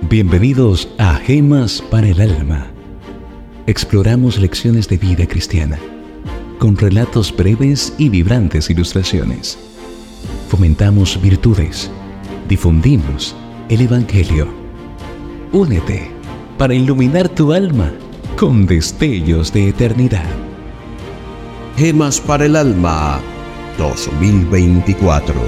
Bienvenidos a Gemas para el Alma. Exploramos lecciones de vida cristiana, con relatos breves y vibrantes ilustraciones. Fomentamos virtudes, difundimos el Evangelio. Únete para iluminar tu alma con destellos de eternidad. Gemas para el Alma 2024.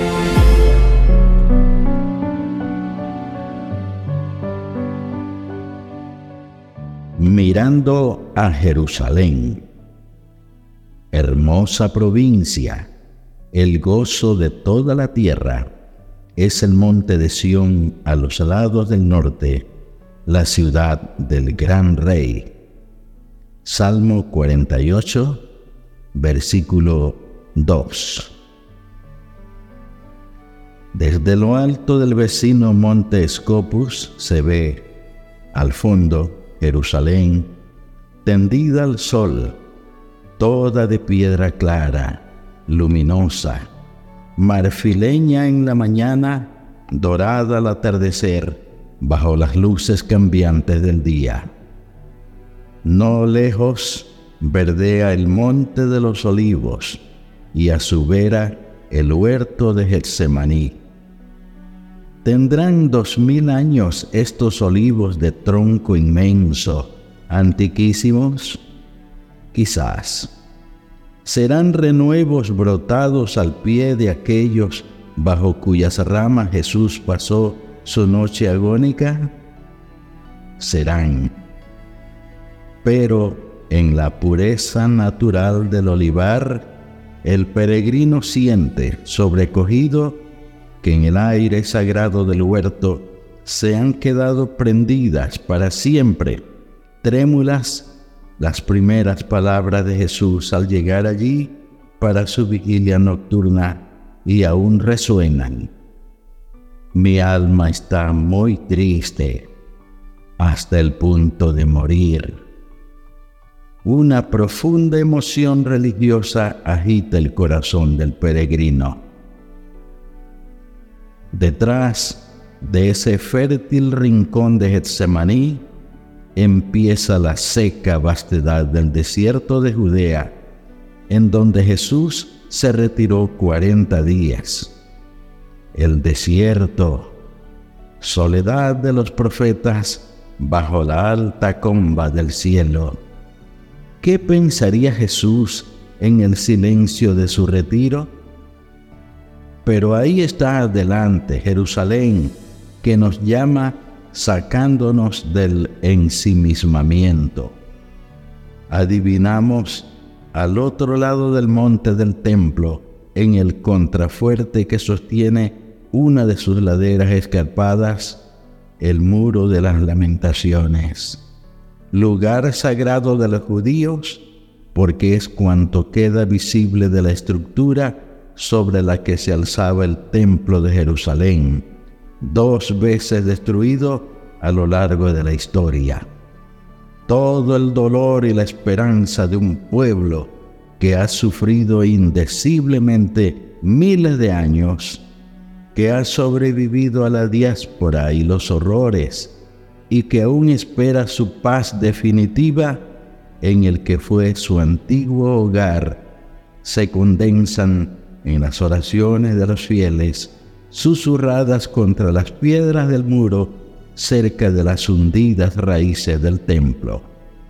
Mirando a Jerusalén, hermosa provincia, el gozo de toda la tierra, es el monte de Sión a los lados del norte, la ciudad del gran rey. Salmo 48, versículo 2. Desde lo alto del vecino monte Scopus se ve, al fondo, Jerusalén, tendida al sol, toda de piedra clara, luminosa, marfileña en la mañana, dorada al atardecer, bajo las luces cambiantes del día. No lejos verdea el monte de los olivos, y a su vera el huerto de Getsemaní. ¿Tendrán 2000 años estos olivos de tronco inmenso, antiquísimos? Quizás. ¿Serán renuevos brotados al pie de aquellos bajo cuyas ramas Jesús pasó su noche agónica? Serán. Pero en la pureza natural del olivar, el peregrino siente, sobrecogido, que en el aire sagrado del huerto se han quedado prendidas para siempre, trémulas, las primeras palabras de Jesús al llegar allí para su vigilia nocturna, y aún resuenan. Mi alma está muy triste, hasta el punto de morir. Una profunda emoción religiosa agita el corazón del peregrino. Detrás de ese fértil rincón de Getsemaní empieza la seca vastedad del desierto de Judea, en donde Jesús se retiró 40 días. El desierto, soledad de los profetas bajo la alta comba del cielo. ¿Qué pensaría Jesús en el silencio de su retiro? Pero ahí está adelante Jerusalén, que nos llama sacándonos del ensimismamiento. Adivinamos al otro lado del monte del templo, en el contrafuerte que sostiene una de sus laderas escarpadas, el muro de las lamentaciones, lugar sagrado de los judíos, porque es cuanto queda visible de la estructura sobre la que se alzaba el templo de Jerusalén, 2 veces destruido a lo largo de la historia. Todo el dolor y la esperanza de un pueblo que ha sufrido indeciblemente miles de años, que ha sobrevivido a la diáspora y los horrores, y que aún espera su paz definitiva en el que fue su antiguo hogar, se condensan en las oraciones de los fieles, susurradas contra las piedras del muro cerca de las hundidas raíces del templo.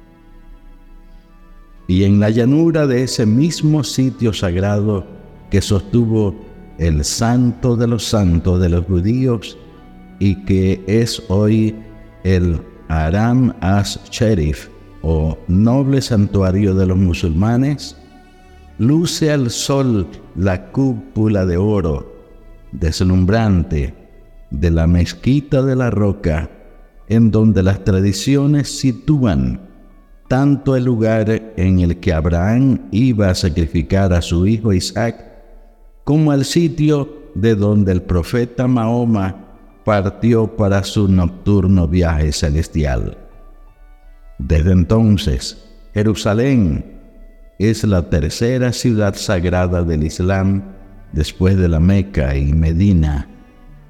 Y en la llanura de ese mismo sitio sagrado que sostuvo el santo de los santos de los judíos y que es hoy el Haram Ash-Sharif, o noble santuario de los musulmanes, luce al sol la cúpula de oro deslumbrante de la mezquita de la roca, en donde las tradiciones sitúan tanto el lugar en el que Abraham iba a sacrificar a su hijo Isaac, como el sitio de donde el profeta Mahoma partió para su nocturno viaje celestial. Desde entonces, Jerusalén es la tercera ciudad sagrada del Islam después de la Meca y Medina,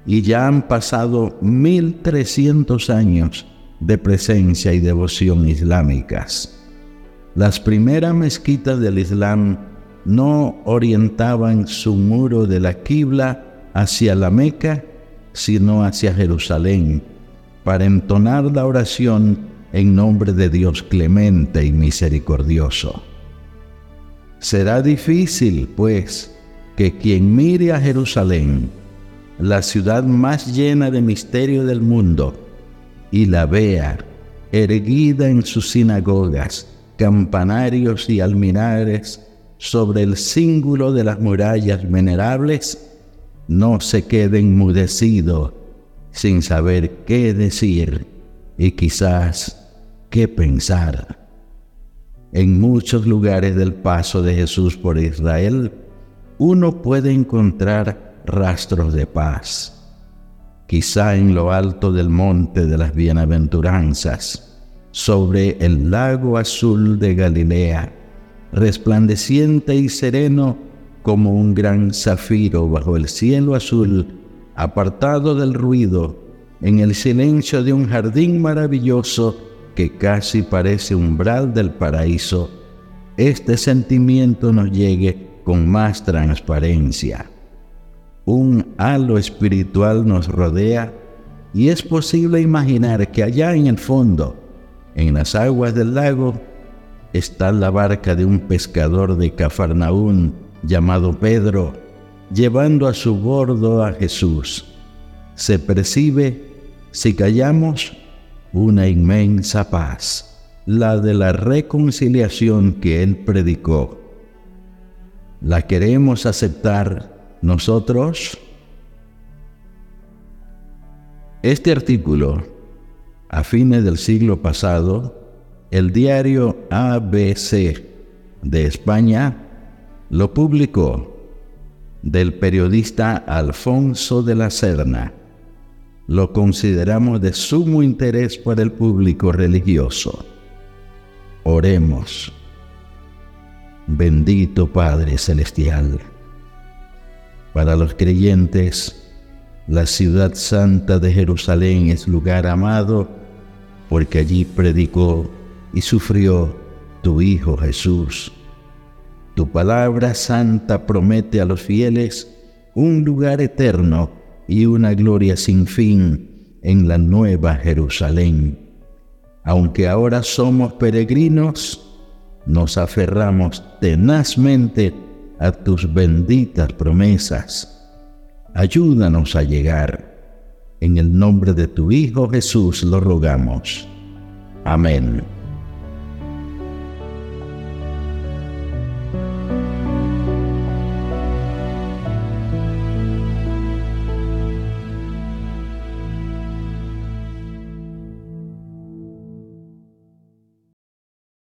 y ya han pasado 1300 años de presencia y devoción islámicas. Las primeras mezquitas del Islam no orientaban su muro de la Qibla hacia la Meca, sino hacia Jerusalén, para entonar la oración en nombre de Dios clemente y misericordioso. Será difícil, pues, que quien mire a Jerusalén, la ciudad más llena de misterio del mundo, y la vea erguida en sus sinagogas, campanarios y alminares sobre el cíngulo de las murallas venerables, no se quede enmudecido sin saber qué decir y quizás qué pensar. En muchos lugares del paso de Jesús por Israel, uno puede encontrar rastros de paz. Quizá en lo alto del monte de las bienaventuranzas, sobre el lago azul de Galilea, resplandeciente y sereno como un gran zafiro bajo el cielo azul, apartado del ruido, en el silencio de un jardín maravilloso que casi parece umbral del paraíso, este sentimiento nos llegue con más transparencia. Un halo espiritual nos rodea y es posible imaginar que allá en el fondo, en las aguas del lago, está la barca de un pescador de Cafarnaún llamado Pedro, llevando a su bordo a Jesús. Se percibe, si callamos, una inmensa paz, la de la reconciliación que él predicó. ¿La queremos aceptar nosotros? Este artículo, a fines del siglo pasado, el diario ABC de España lo publicó, del periodista Alfonso de la Serna. Lo consideramos de sumo interés para el público religioso. Oremos. Bendito Padre Celestial, para los creyentes, la ciudad santa de Jerusalén es lugar amado, porque allí predicó y sufrió tu Hijo Jesús. Tu palabra santa promete a los fieles un lugar eterno y una gloria sin fin en la nueva Jerusalén. Aunque ahora somos peregrinos, nos aferramos tenazmente a tus benditas promesas. Ayúdanos a llegar. En el nombre de tu Hijo Jesús lo rogamos. Amén.